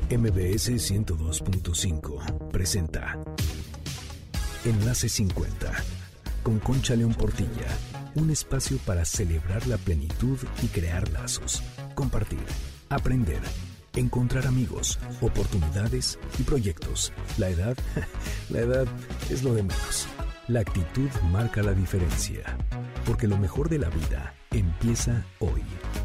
MBS 102.5 presenta Enlace 50 con Concha León Portilla, un espacio para celebrar la plenitud y crear lazos, compartir, aprender, encontrar amigos, oportunidades y proyectos. La edad es lo de menos. La actitud marca la diferencia, porque lo mejor de la vida empieza hoy.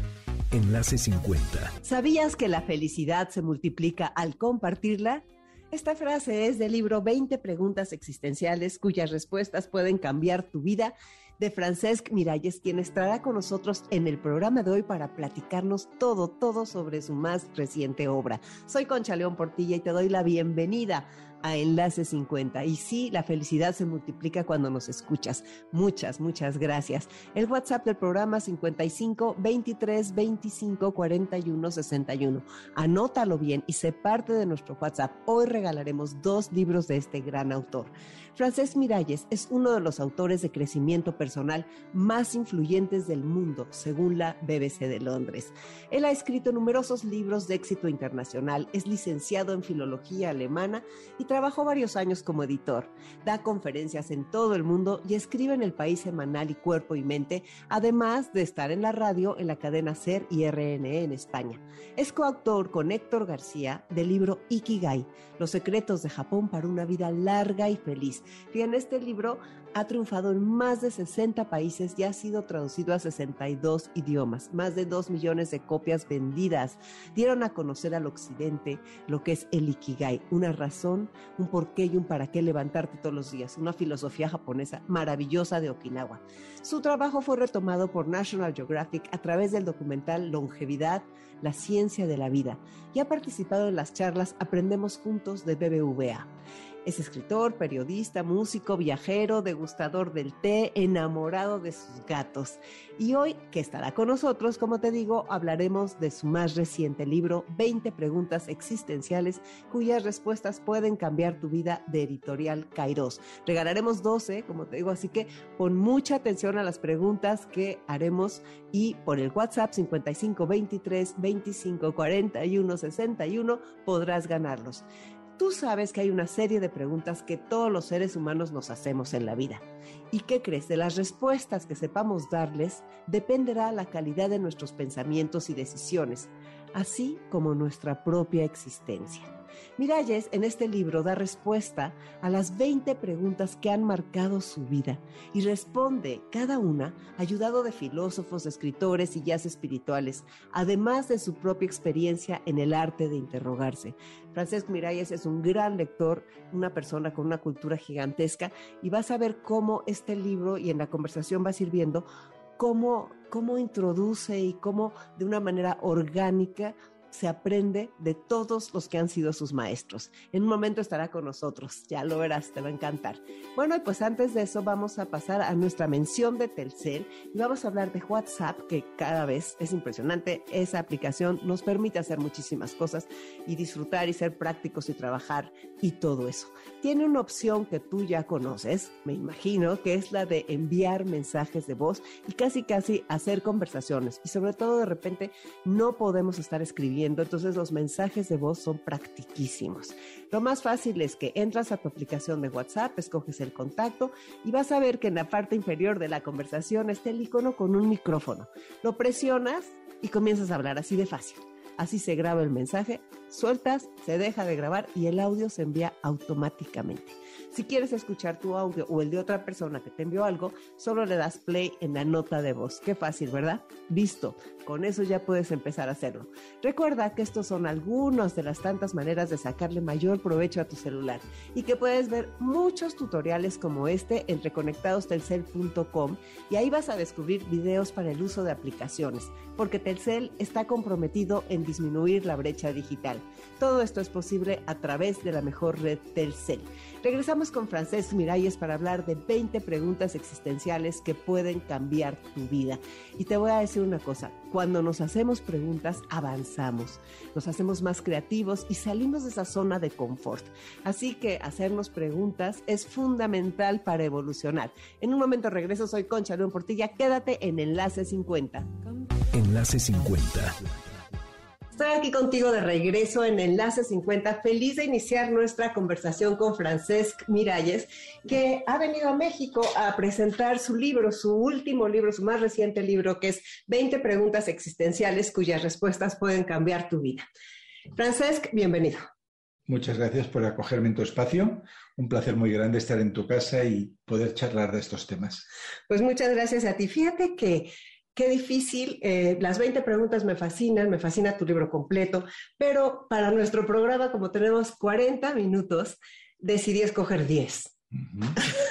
Enlace 50. ¿Sabías que la felicidad se multiplica al compartirla? Esta frase es del libro 20 preguntas existenciales cuyas respuestas pueden cambiar tu vida, de Francesc Miralles, quien estará con nosotros en el programa de hoy para platicarnos todo sobre su más reciente obra. Soy Concha León Portilla y te doy la bienvenida a Enlace 50. Y sí, la felicidad se multiplica cuando nos escuchas. Muchas gracias. El WhatsApp del programa 55 23 25 41 61. Anótalo bien y sé parte de nuestro WhatsApp. Hoy regalaremos 2 libros de este gran autor. Francesc Miralles es uno de los autores de crecimiento personal más influyentes del mundo, según la BBC de Londres. Él ha escrito numerosos libros de éxito internacional, es licenciado en filología alemana y trabajó varios años como editor. Da conferencias en todo el mundo y escribe en El País Semanal y Cuerpo y Mente, además de estar en la radio en la cadena SER y RNE en España. Es coautor con Héctor García del libro Ikigai, Los secretos de Japón para una vida larga y feliz. Y en este libro ha triunfado en más de 60 países y ha sido traducido a 62 idiomas, más de 2 millones de copias vendidas. Dieron a conocer al occidente lo que es el Ikigai, una razón, un porqué y un para qué levantarte todos los días, una filosofía japonesa maravillosa de Okinawa. Su trabajo fue retomado por National Geographic a través del documental Longevidad, la ciencia de la vida, y ha participado en las charlas Aprendemos Juntos de BBVA. Es escritor, periodista, músico, viajero, degustador del té, enamorado de sus gatos. Y hoy, que estará con nosotros, como te digo, hablaremos de su más reciente libro, 20 preguntas existenciales, cuyas respuestas pueden cambiar tu vida, de Editorial Kairos. Regalaremos 12, como te digo, así que pon mucha atención a las preguntas que haremos y por el WhatsApp 55 23 25 41 61 podrás ganarlos. Tú sabes que hay una serie de preguntas que todos los seres humanos nos hacemos en la vida. ¿Y qué crees? De las respuestas que sepamos darles dependerá la calidad de nuestros pensamientos y decisiones, así como nuestra propia existencia. Miralles en este libro da respuesta a las 20 preguntas que han marcado su vida y responde cada una ayudado de filósofos, escritores y guías espirituales, además de su propia experiencia en el arte de interrogarse. Francesc Miralles es un gran lector, una persona con una cultura gigantesca y vas a ver cómo este libro y en la conversación vas a ir viendo cómo introduce y cómo de una manera orgánica se aprende de todos los que han sido sus maestros. En un momento estará con nosotros, ya lo verás, te va a encantar. Bueno, y pues antes de eso vamos a pasar a nuestra mención de Telcel y vamos a hablar de WhatsApp, que cada vez es impresionante. Esa aplicación nos permite hacer muchísimas cosas y disfrutar y ser prácticos y trabajar y todo eso. Tiene una opción que tú ya conoces, me imagino, que es la de enviar mensajes de voz y casi hacer conversaciones. Y sobre todo de repente no podemos estar escribiendo, entonces los mensajes de voz son practiquísimos. Lo más fácil es que entras a tu aplicación de WhatsApp, escoges el contacto y vas a ver que en la parte inferior de la conversación está el icono con un micrófono. Lo presionas y comienzas a hablar así de fácil. Así se graba el mensaje, sueltas, se deja de grabar y el audio se envía automáticamente. Si quieres escuchar tu audio o el de otra persona que te envió algo, solo le das play en la nota de voz. Qué fácil, ¿verdad? Listo, con eso ya puedes empezar a hacerlo. Recuerda que estos son algunas de las tantas maneras de sacarle mayor provecho a tu celular y que puedes ver muchos tutoriales como este en reconectadostelcel.com y ahí vas a descubrir videos para el uso de aplicaciones, porque Telcel está comprometido en disminuir la brecha digital. Todo esto es posible a través de la mejor red Telcel. Regresamos con Francesc Miralles para hablar de 20 preguntas existenciales que pueden cambiar tu vida. Y te voy a decir una cosa, cuando nos hacemos preguntas avanzamos, nos hacemos más creativos y salimos de esa zona de confort. Así que hacernos preguntas es fundamental para evolucionar. En un momento regreso, soy Concha León Portilla, quédate en Enlace 50. Enlace 50. Estoy aquí contigo de regreso en Enlace 50, feliz de iniciar nuestra conversación con Francesc Miralles, que ha venido a México a presentar su libro, su último libro, su más reciente libro, que es 20 preguntas existenciales cuyas respuestas pueden cambiar tu vida. Francesc, bienvenido. Muchas gracias por acogerme en tu espacio. Un placer muy grande estar en tu casa y poder charlar de estos temas. Pues muchas gracias a ti. Fíjate que qué difícil, las 20 preguntas me fascina tu libro completo, pero para nuestro programa, como tenemos 40 minutos, decidí escoger 10. Uh-huh.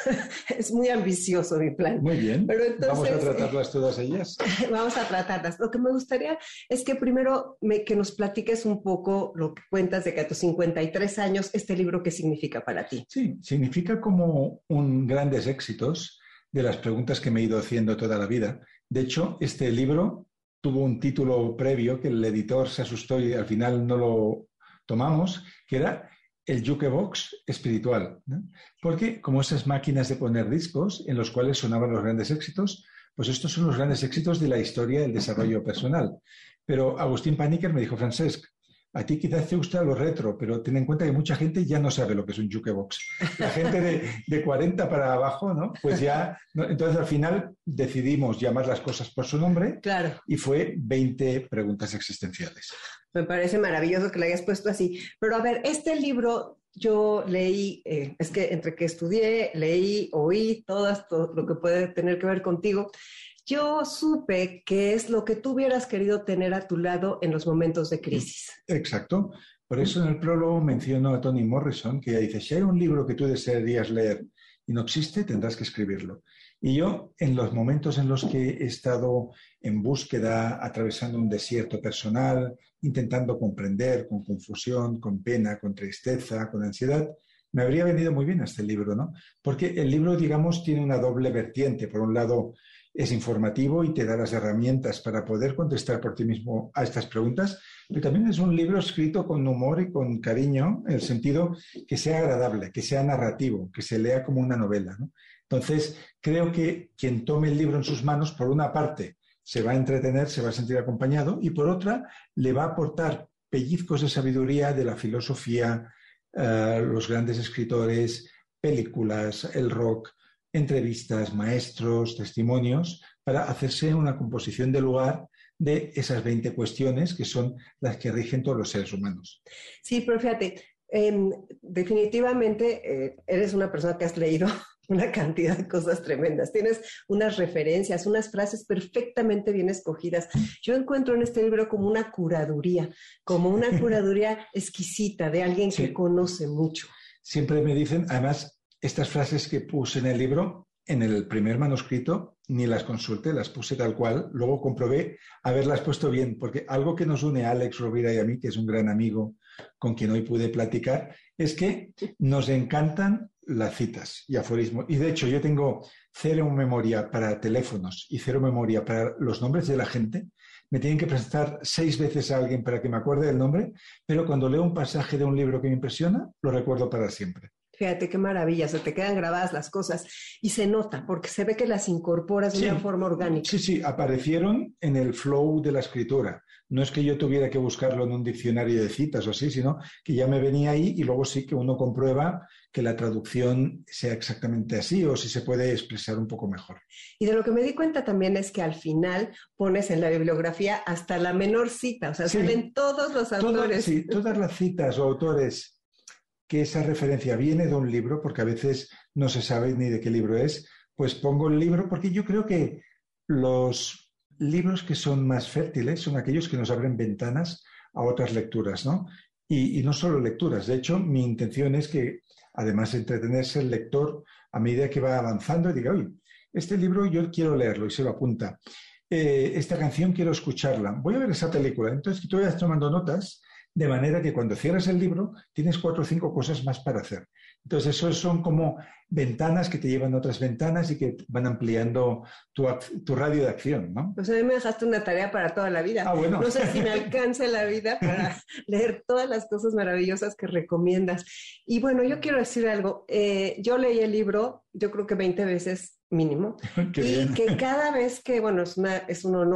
Es muy ambicioso mi plan. Muy bien, pero entonces, vamos a tratarlas todas ellas. Vamos a tratarlas. Lo que me gustaría es que primero que nos platiques un poco lo que cuentas de que a tus 53 años, este libro, ¿qué significa para ti? Sí, significa como un grandes éxitos de las preguntas que me he ido haciendo toda la vida. De hecho, este libro tuvo un título previo que el editor se asustó y al final no lo tomamos, que era el jukebox espiritual, ¿no? Porque como esas máquinas de poner discos en los cuales sonaban los grandes éxitos, pues estos son los grandes éxitos de la historia del desarrollo personal. Pero Agustín Paníker me dijo, Francesc, a ti quizás te gusta lo retro, pero ten en cuenta que mucha gente ya no sabe lo que es un jukebox. La gente de 40 para abajo, ¿no? Pues ya... ¿no? Entonces, al final, decidimos llamar las cosas por su nombre. Claro. Y fue 20 preguntas existenciales. Me parece maravilloso que lo hayas puesto así. Pero, a ver, este libro yo leí, es que entre que estudié, leí, oí, todo lo que puede tener que ver contigo, yo supe que es lo que tú hubieras querido tener a tu lado en los momentos de crisis. Exacto. Por eso en el prólogo menciono a Toni Morrison, que ella dice, si hay un libro que tú desearías leer y no existe, tendrás que escribirlo. Y yo, en los momentos en los que he estado en búsqueda, atravesando un desierto personal, intentando comprender, con confusión, con pena, con tristeza, con ansiedad, me habría venido muy bien este libro, ¿no? Porque el libro, digamos, tiene una doble vertiente. Por un lado, es informativo y te da las herramientas para poder contestar por ti mismo a estas preguntas, pero también es un libro escrito con humor y con cariño, en el sentido que sea agradable, que sea narrativo, que se lea como una novela, ¿no? Entonces, creo que quien tome el libro en sus manos, por una parte, se va a entretener, se va a sentir acompañado, y por otra, le va a aportar pellizcos de sabiduría de la filosofía, los grandes escritores, películas, el rock, entrevistas, maestros, testimonios, para hacerse una composición de lugar de esas 20 cuestiones que son las que rigen todos los seres humanos. Sí, pero fíjate, definitivamente eres una persona que has leído una cantidad de cosas tremendas. Tienes unas referencias, unas frases perfectamente bien escogidas. Yo encuentro en este libro como una curaduría exquisita de alguien que conoce mucho. Siempre me dicen, además, estas frases que puse en el libro, en el primer manuscrito, ni las consulté, las puse tal cual. Luego comprobé haberlas puesto bien, porque algo que nos une a Alex Rovira y a mí, que es un gran amigo con quien hoy pude platicar, es que nos encantan las citas y aforismos. Y de hecho, yo tengo cero memoria para teléfonos y cero memoria para los nombres de la gente. Me tienen que presentar 6 veces a alguien para que me acuerde del nombre, pero cuando leo un pasaje de un libro que me impresiona, lo recuerdo para siempre. Fíjate qué maravilla, se te quedan grabadas las cosas y se nota porque se ve que las incorporas de una forma orgánica. Sí, aparecieron en el flow de la escritura. No es que yo tuviera que buscarlo en un diccionario de citas o así, sino que ya me venía ahí y luego sí que uno comprueba que la traducción sea exactamente así o si se puede expresar un poco mejor. Y de lo que me di cuenta también es que al final pones en la bibliografía hasta la menor cita, o sea, salen todos los autores. Todas las citas o autores que esa referencia viene de un libro, porque a veces no se sabe ni de qué libro es, pues pongo el libro porque yo creo que los libros que son más fértiles son aquellos que nos abren ventanas a otras lecturas, ¿no? Y no solo lecturas. De hecho, mi intención es que, además de entretenerse el lector, a medida que va avanzando, diga, oye, este libro yo quiero leerlo y se lo apunta. Esta canción quiero escucharla. Voy a ver esa película. Entonces, tú vayas tomando notas, de manera que cuando cierras el libro tienes 4 o 5 cosas más para hacer. Entonces, esos son como ventanas que te llevan a otras ventanas y que van ampliando tu radio de acción, ¿no? Pues a mí me dejaste una tarea para toda la vida. Bueno. No sé si me alcance la vida para leer todas las cosas maravillosas que recomiendas. Y bueno, yo quiero decir algo. Yo leí el libro, yo creo que 20 veces mínimo. Qué y bien. que cada vez que, bueno, es un honor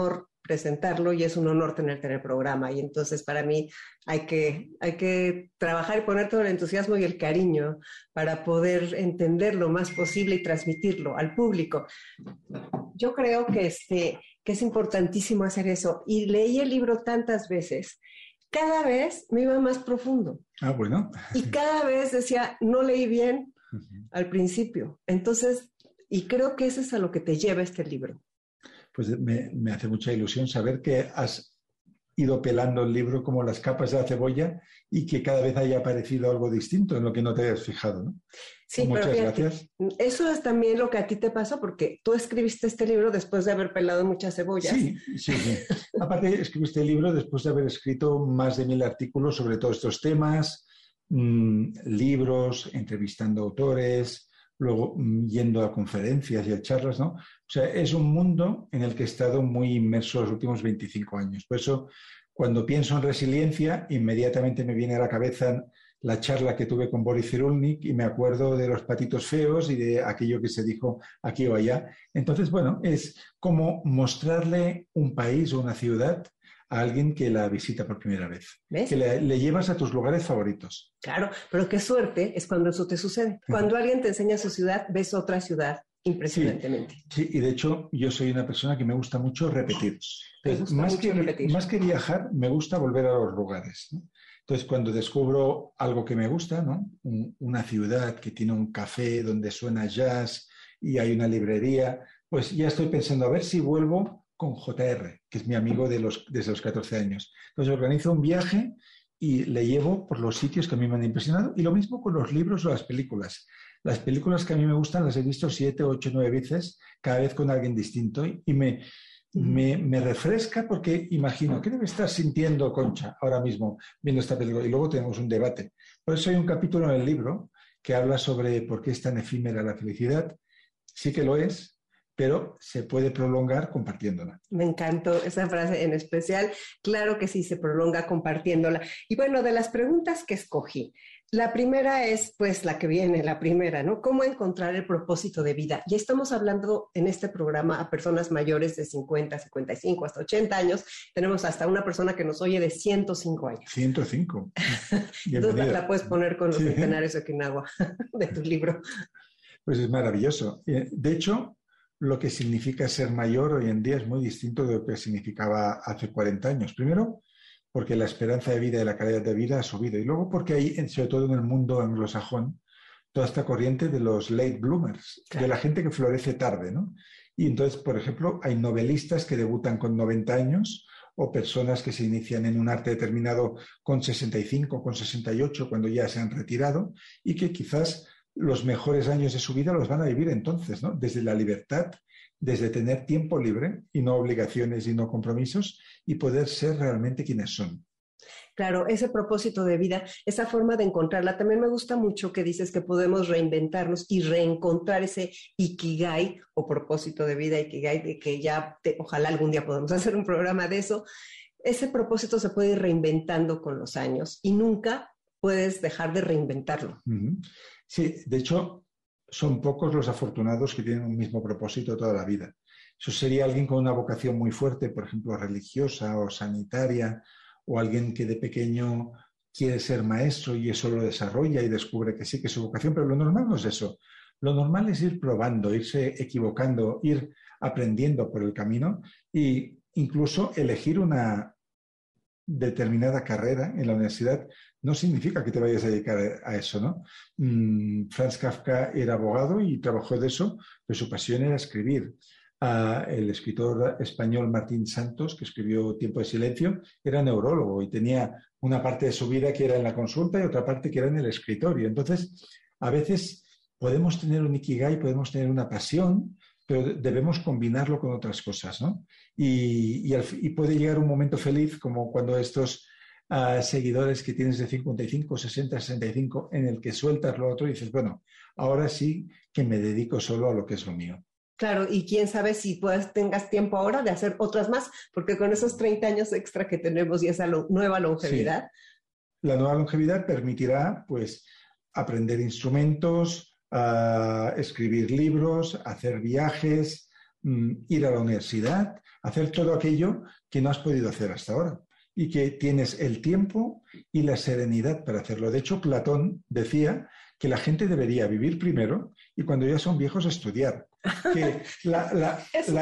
presentarlo y es un honor tenerte en el programa. Y entonces para mí hay que trabajar y poner todo el entusiasmo y el cariño para poder entender lo más posible y transmitirlo al público. Yo creo que es importantísimo hacer eso. Y leí el libro tantas veces, cada vez me iba más profundo. Ah, bueno. Y cada vez decía, no leí bien al principio. Entonces, y creo que eso es a lo que te lleva este libro. Pues me hace mucha ilusión saber que has ido pelando el libro como las capas de la cebolla y que cada vez haya aparecido algo distinto en lo que no te hayas fijado, ¿no? Sí, muchas pero fíjate, gracias. Eso es también lo que a ti te pasó, porque tú escribiste este libro después de haber pelado muchas cebollas. Sí. Aparte, escribiste el libro después de haber escrito más de 1000 artículos sobre todos estos temas, libros, entrevistando autores, luego yendo a conferencias y a charlas, ¿no? O sea, es un mundo en el que he estado muy inmerso los últimos 25 años. Por eso, cuando pienso en resiliencia, inmediatamente me viene a la cabeza la charla que tuve con Boris Cyrulnik y me acuerdo de los patitos feos y de aquello que se dijo aquí o allá. Entonces, bueno, es como mostrarle un país o una ciudad a alguien que la visita por primera vez. ¿Ves? Que le llevas a tus lugares favoritos. Claro, pero qué suerte es cuando eso te sucede. Cuando alguien te enseña su ciudad, ves otra ciudad impresionantemente. Sí, y de hecho yo soy una persona que me gusta mucho repetir. Entonces, más que viajar, me gusta volver a los lugares, ¿no? Entonces, cuando descubro algo que me gusta, ¿no? Una ciudad que tiene un café donde suena jazz y hay una librería, pues ya estoy pensando a ver si vuelvo con JR, que es mi amigo desde los 14 años. Entonces organizo un viaje y le llevo por los sitios que a mí me han impresionado. Y lo mismo con los libros o las películas. Las películas que a mí me gustan las he visto 7, 8, 9 veces, cada vez con alguien distinto. Y me refresca porque imagino, ¿qué debe estar sintiendo Concha ahora mismo viendo esta película? Y luego tenemos un debate. Por eso hay un capítulo en el libro que habla sobre por qué es tan efímera la felicidad. Sí que lo es, pero se puede prolongar compartiéndola. Me encantó esa frase en especial. Claro que sí, se prolonga compartiéndola. Y bueno, de las preguntas que escogí, la primera es pues la que viene, la primera, ¿no? ¿Cómo encontrar el propósito de vida? Y estamos hablando en este programa a personas mayores de 50, 55, hasta 80 años. Tenemos hasta una persona que nos oye de 105 años. 105. Entonces la puedes poner con los centenarios de Okinawa de tu libro. Pues es maravilloso. De hecho, lo que significa ser mayor hoy en día es muy distinto de lo que significaba hace 40 años. Primero, porque la esperanza de vida y la calidad de vida ha subido. Y luego porque hay, sobre todo en el mundo anglosajón, toda esta corriente de los late bloomers, claro, de la gente que florece tarde, ¿no? Y entonces, por ejemplo, hay novelistas que debutan con 90 años o personas que se inician en un arte determinado con 65, con 68, cuando ya se han retirado y que quizás los mejores años de su vida los van a vivir entonces, ¿no? Desde la libertad, desde tener tiempo libre y no obligaciones y no compromisos y poder ser realmente quienes son. Claro, ese propósito de vida, esa forma de encontrarla. También me gusta mucho que dices que podemos reinventarnos y reencontrar ese ikigai o propósito de vida, ikigai, de que ojalá algún día podamos hacer un programa de eso. Ese propósito se puede ir reinventando con los años y nunca puedes dejar de reinventarlo. Uh-huh. Sí, de hecho, son pocos los afortunados que tienen un mismo propósito toda la vida. Eso sería alguien con una vocación muy fuerte, por ejemplo, religiosa o sanitaria, o alguien que de pequeño quiere ser maestro y eso lo desarrolla y descubre que sí, que es su vocación, pero lo normal no es eso. Lo normal es ir probando, irse equivocando, ir aprendiendo por el camino e incluso elegir una determinada carrera en la universidad no significa que te vayas a dedicar a eso, ¿no? Franz Kafka era abogado y trabajó de eso, pero su pasión era escribir. El escritor español Martín Santos, que escribió Tiempo de Silencio, era neurólogo y tenía una parte de su vida que era en la consulta y otra parte que era en el escritorio. Entonces, a veces podemos tener un ikigai, podemos tener una pasión, pero debemos combinarlo con otras cosas, ¿no? Y puede llegar un momento feliz como cuando estos seguidores que tienes de 55, 60, 65, en el que sueltas lo otro y dices, bueno, ahora sí que me dedico solo a lo que es lo mío. Claro, y quién sabe si tengas tiempo ahora de hacer otras más, porque con esos 30 años extra que tenemos y esa nueva longevidad. Sí. La nueva longevidad permitirá, pues, aprender instrumentos, escribir libros, hacer viajes, ir a la universidad. hacer todo aquello que no has podido hacer hasta ahora y que tienes el tiempo y la serenidad para hacerlo. De hecho, Platón decía que la gente debería vivir primero y cuando ya son viejos estudiar. Que la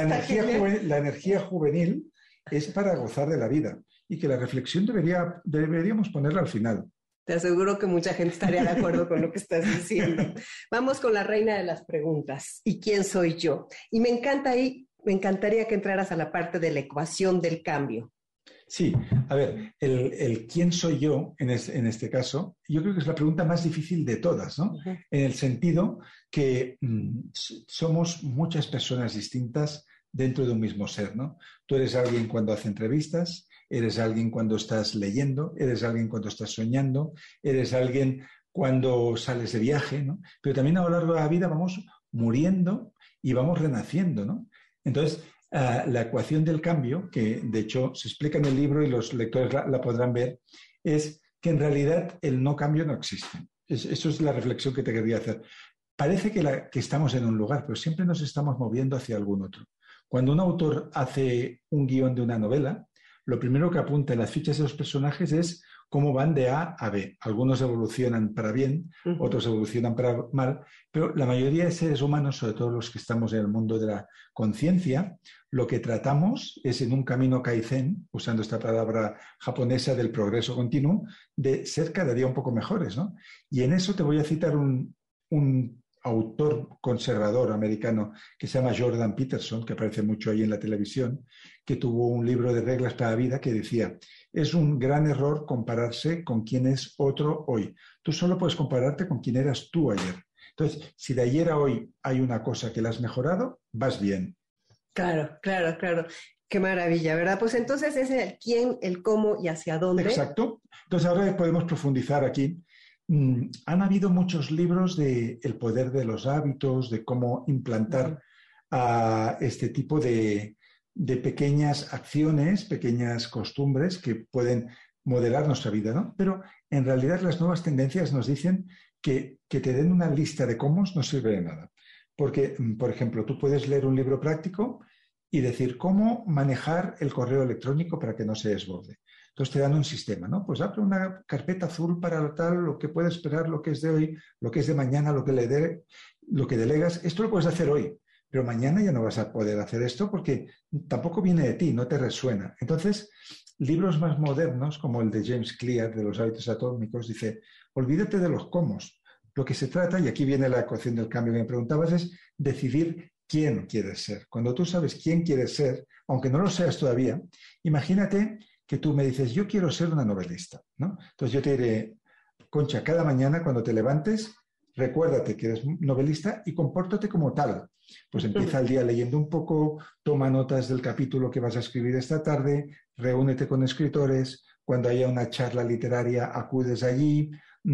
energía juvenil es para gozar de la vida y que la reflexión deberíamos ponerla al final. Te aseguro que mucha gente estaría de acuerdo con lo que estás diciendo. Vamos con la reina de las preguntas. ¿Y quién soy yo? Y me encantaría que entraras a la parte de la ecuación del cambio. Sí, a ver, el quién soy yo en este caso, yo creo que es la pregunta más difícil de todas, ¿no? Uh-huh. En el sentido que somos muchas personas distintas dentro de un mismo ser, ¿no? Tú eres alguien cuando hace entrevistas, eres alguien cuando estás leyendo, eres alguien cuando estás soñando, eres alguien cuando sales de viaje, ¿no? Pero también a lo largo de la vida vamos muriendo y vamos renaciendo, ¿no? Entonces, la ecuación del cambio, que de hecho se explica en el libro y los lectores la podrán ver, es que en realidad el no cambio no existe. Eso es la reflexión que te quería hacer. Parece que estamos en un lugar, pero siempre nos estamos moviendo hacia algún otro. Cuando un autor hace un guión de una novela, lo primero que apunta en las fichas de los personajes es cómo van de A a B. Algunos evolucionan para bien, otros evolucionan para mal, pero la mayoría de seres humanos, sobre todo los que estamos en el mundo de la conciencia, lo que tratamos es en un camino kaizen, usando esta palabra japonesa del progreso continuo, de ser cada día un poco mejores, ¿no? Y en eso te voy a citar un autor conservador americano que se llama Jordan Peterson, que aparece mucho ahí en la televisión, que tuvo un libro de reglas para la vida que decía: es un gran error compararse con quién es otro hoy. Tú solo puedes compararte con quién eras tú ayer. Entonces, si de ayer a hoy hay una cosa que la has mejorado, vas bien. Claro. Qué maravilla, ¿verdad? Pues entonces es el quién, el cómo y hacia dónde. Exacto. Entonces ahora podemos profundizar aquí. Han habido muchos libros de el poder de los hábitos, de cómo implantar este tipo de pequeñas acciones, pequeñas costumbres que pueden modelar nuestra vida, ¿no? Pero en realidad las nuevas tendencias nos dicen que te den una lista de cómo no sirve de nada. Porque, por ejemplo, tú puedes leer un libro práctico y decir cómo manejar el correo electrónico para que no se desborde. Entonces te dan un sistema, ¿no? Pues abre una carpeta azul para tal, lo que puede esperar, lo que es de hoy, lo que es de mañana, lo que delegas. Esto lo puedes hacer hoy, pero mañana ya no vas a poder hacer esto porque tampoco viene de ti, no te resuena. Entonces, libros más modernos, como el de James Clear, de los hábitos atómicos, dice, olvídate de los cómo. Lo que se trata, y aquí viene la ecuación del cambio que me preguntabas, es decidir quién quieres ser. Cuando tú sabes quién quieres ser, aunque no lo seas todavía, imagínate que tú me dices, yo quiero ser una novelista, ¿no? Entonces yo te diré, Concha, cada mañana cuando te levantes, recuérdate que eres novelista y compórtate como tal. Pues empieza el día leyendo un poco, toma notas del capítulo que vas a escribir esta tarde, reúnete con escritores, cuando haya una charla literaria acudes allí,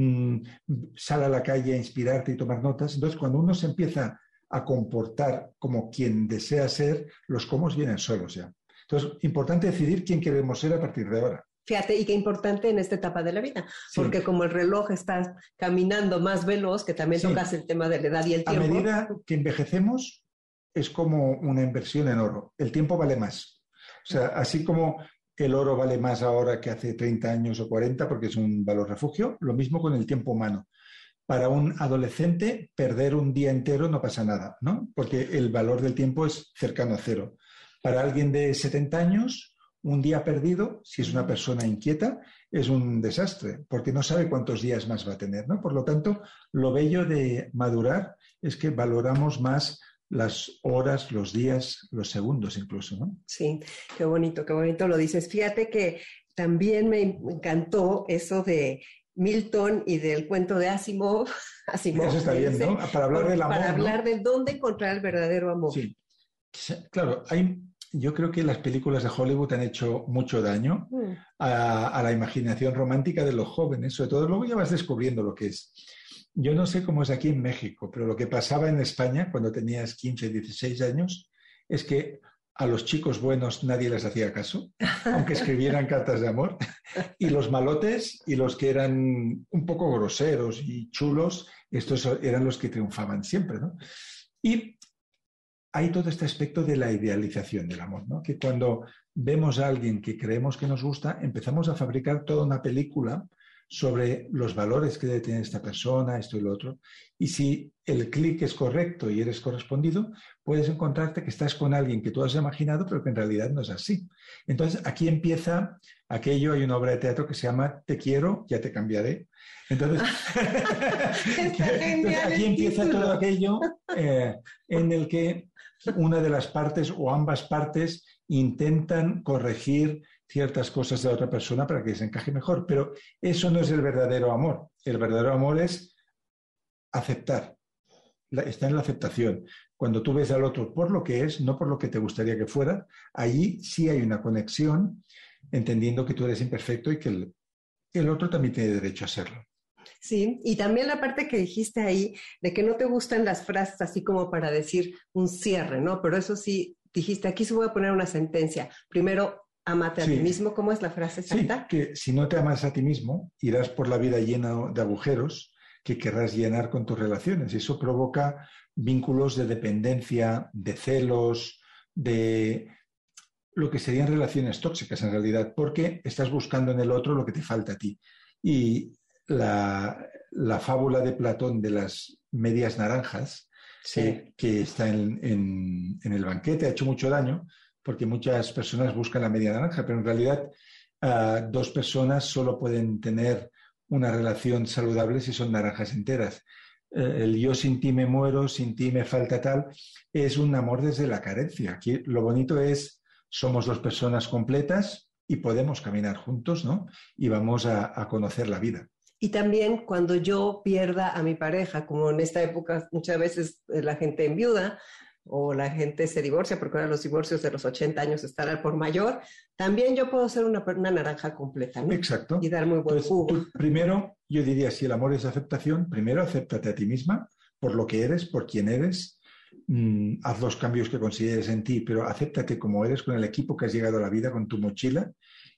sal a la calle a inspirarte y tomar notas. Entonces cuando uno se empieza a comportar como quien desea ser, los cómo vienen solos ya. Entonces, importante decidir quién queremos ser a partir de ahora. Fíjate, y qué importante en esta etapa de la vida, porque como el reloj está caminando más veloz, que también tocas el tema de la edad y el tiempo. A medida que envejecemos, es como una inversión en oro. El tiempo vale más. O sea, así como el oro vale más ahora que hace 30 años o 40, porque es un valor refugio, lo mismo con el tiempo humano. Para un adolescente, perder un día entero no pasa nada, ¿no? Porque el valor del tiempo es cercano a cero. Para alguien de 70 años, un día perdido, si es una persona inquieta, es un desastre, porque no sabe cuántos días más va a tener, ¿no? Por lo tanto, lo bello de madurar es que valoramos más las horas, los días, los segundos incluso, ¿no? Sí, qué bonito lo dices. Fíjate que también me encantó eso de Milton y del cuento de Asimov. Eso está bien, ¿no? Para hablar del amor, para hablar de dónde encontrar el verdadero amor. Sí. Claro, yo creo que las películas de Hollywood han hecho mucho daño a la imaginación romántica de los jóvenes, sobre todo luego ya vas descubriendo lo que es. Yo no sé cómo es aquí en México, pero lo que pasaba en España cuando tenías 15, 16 años es que a los chicos buenos nadie les hacía caso, aunque escribieran cartas de amor, y los malotes y los que eran un poco groseros y chulos, estos eran los que triunfaban siempre, ¿no? Y hay todo este aspecto de la idealización del amor, ¿no? Que cuando vemos a alguien que creemos que nos gusta, empezamos a fabricar toda una película sobre los valores que debe tener esta persona, esto y lo otro. Y si el clic es correcto y eres correspondido, puedes encontrarte que estás con alguien que tú has imaginado, pero que en realidad no es así. Entonces, aquí empieza aquello, hay una obra de teatro que se llama Te quiero, ya te cambiaré. Entonces, aquí empieza todo aquello en el que una de las partes o ambas partes intentan corregir ciertas cosas de la otra persona para que se encaje mejor. Pero eso no es el verdadero amor. El verdadero amor es aceptar. Está en la aceptación. Cuando tú ves al otro por lo que es, no por lo que te gustaría que fuera, allí sí hay una conexión, entendiendo que tú eres imperfecto y que el otro también tiene derecho a serlo. Sí, y también la parte que dijiste ahí de que no te gustan las frases así como para decir un cierre, ¿no? Pero eso sí, dijiste, aquí se voy a poner una sentencia. Primero, ámate a ti mismo. ¿Cómo es la frase exacta? Sí, que si no te amas a ti mismo, irás por la vida llena de agujeros que querrás llenar con tus relaciones. Y eso provoca vínculos de dependencia, de celos, de lo que serían relaciones tóxicas en realidad, porque estás buscando en el otro lo que te falta a ti. Y la fábula de Platón de las medias naranjas, sí, que está en el banquete, ha hecho mucho daño, porque muchas personas buscan la media naranja, pero en realidad dos personas solo pueden tener una relación saludable si son naranjas enteras. El yo sin ti me muero, sin ti me falta tal, es un amor desde la carencia. Aquí lo bonito es, somos dos personas completas y podemos caminar juntos, ¿no? Y vamos a conocer la vida. Y también cuando yo pierda a mi pareja, como en esta época muchas veces la gente enviuda o la gente se divorcia, porque ahora los divorcios de los 80 años están al por mayor, también yo puedo ser una naranja completa, ¿no? Exacto. Y dar muy buen jugo. Primero, yo diría, si el amor es aceptación, primero acéptate a ti misma por lo que eres, por quién eres, haz los cambios que consideres en ti, pero acéptate como eres, con el equipo que has llegado a la vida, con tu mochila,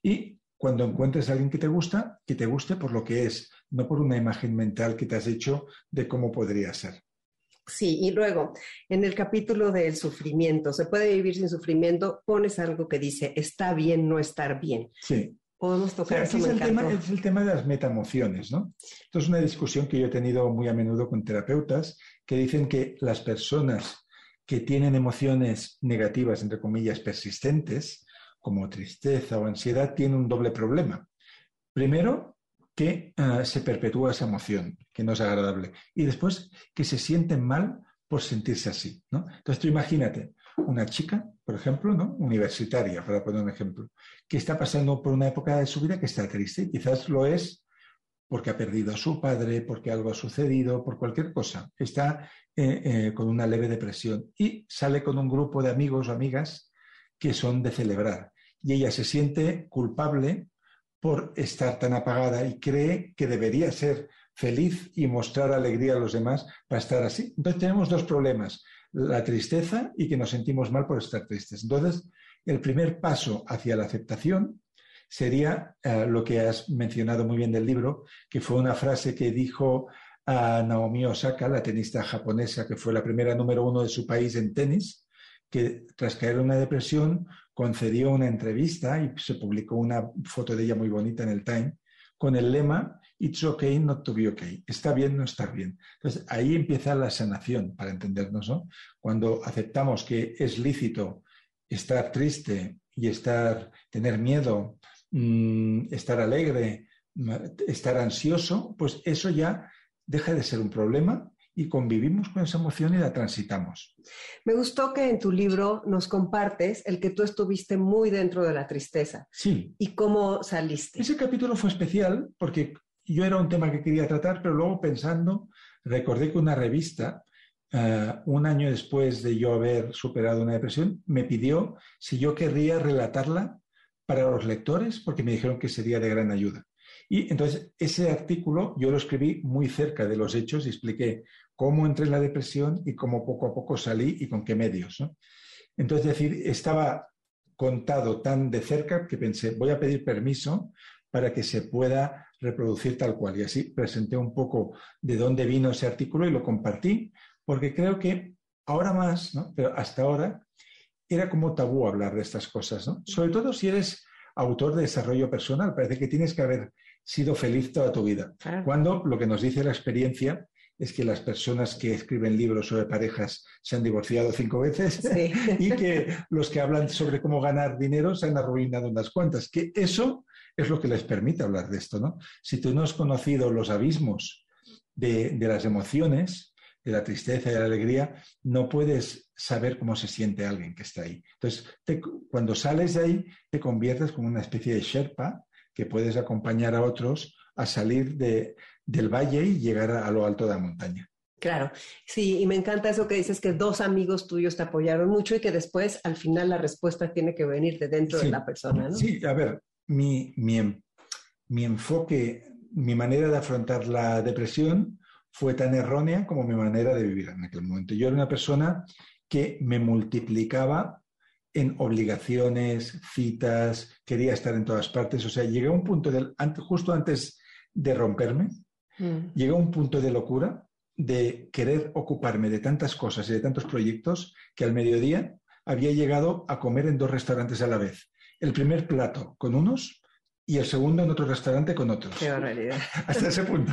y cuando encuentres a alguien que te guste por lo que es, no por una imagen mental que te has hecho de cómo podría ser. Sí, y luego, en el capítulo del sufrimiento, ¿se puede vivir sin sufrimiento? Pones algo que dice, está bien no estar bien. Sí. Podemos tocar eso. Es el tema de las metaemociones, ¿no? Esto es una discusión que yo he tenido muy a menudo con terapeutas que dicen que las personas que tienen emociones negativas, entre comillas, persistentes, como tristeza o ansiedad, tienen un doble problema. Primero, que se perpetúa esa emoción, que no es agradable. Y después, que se sienten mal por sentirse así, ¿no? Entonces, tú imagínate una chica, por ejemplo, ¿no? Universitaria, para poner un ejemplo, que está pasando por una época de su vida que está triste. Quizás lo es porque ha perdido a su padre, porque algo ha sucedido, por cualquier cosa. Está con una leve depresión y sale con un grupo de amigos o amigas que son de celebrar. Y ella se siente culpable por estar tan apagada y cree que debería ser feliz y mostrar alegría a los demás para estar así. Entonces tenemos dos problemas, la tristeza y que nos sentimos mal por estar tristes. Entonces, el primer paso hacia la aceptación sería lo que has mencionado muy bien del libro, que fue una frase que dijo a Naomi Osaka, la tenista japonesa que fue la primera número 1 de su país en tenis, que tras caer en una depresión concedió una entrevista y se publicó una foto de ella muy bonita en el Time con el lema It's okay not to be okay. Está bien no estar bien. Entonces ahí empieza la sanación, para entendernos, ¿no? Cuando aceptamos que es lícito estar triste y tener miedo, estar alegre, estar ansioso, pues eso ya deja de ser un problema y convivimos con esa emoción y la transitamos. Me gustó que en tu libro nos compartes el que tú estuviste muy dentro de la tristeza. Sí. ¿Y cómo saliste? Ese capítulo fue especial porque yo era un tema que quería tratar, pero luego pensando, recordé que una revista, un año después de yo haber superado una depresión, me pidió si yo querría relatarla para los lectores porque me dijeron que sería de gran ayuda. Y entonces ese artículo yo lo escribí muy cerca de los hechos y expliqué cómo entré en la depresión y cómo poco a poco salí y con qué medios, ¿no? Entonces, es decir, estaba contado tan de cerca que pensé, voy a pedir permiso para que se pueda reproducir tal cual. Y así presenté un poco de dónde vino ese artículo y lo compartí, porque creo que ahora más, ¿no? Pero hasta ahora era como tabú hablar de estas cosas, ¿no? Sobre todo si eres autor de desarrollo personal. Parece que tienes que haber sido feliz toda tu vida. Claro. Cuando lo que nos dice la experiencia es que las personas que escriben libros sobre parejas se han divorciado 5 veces Sí. y que los que hablan sobre cómo ganar dinero se han arruinado unas cuantas. Que eso es lo que les permite hablar de esto, ¿no? Si tú no has conocido los abismos de las emociones, de la tristeza y de la alegría, no puedes saber cómo se siente alguien que está ahí. Entonces, cuando sales de ahí, te conviertes como una especie de Sherpa que puedes acompañar a otros a salir del valle y llegar a lo alto de la montaña. Claro, sí, y me encanta eso que dices, que 2 amigos tuyos te apoyaron mucho y que después, al final, la respuesta tiene que venir de dentro de la persona, ¿no? Sí, a ver, mi enfoque, mi manera de afrontar la depresión fue tan errónea como mi manera de vivir en aquel momento. Yo era una persona que me multiplicaba en obligaciones, citas, quería estar en todas partes. O sea, llegué a un punto, justo antes de romperme, llegué a un punto de locura, de querer ocuparme de tantas cosas y de tantos proyectos, que al mediodía había llegado a comer en 2 restaurantes a la vez. El primer plato con unos y el segundo en otro restaurante con otros. ¡Qué barbaridad! Hasta ese punto.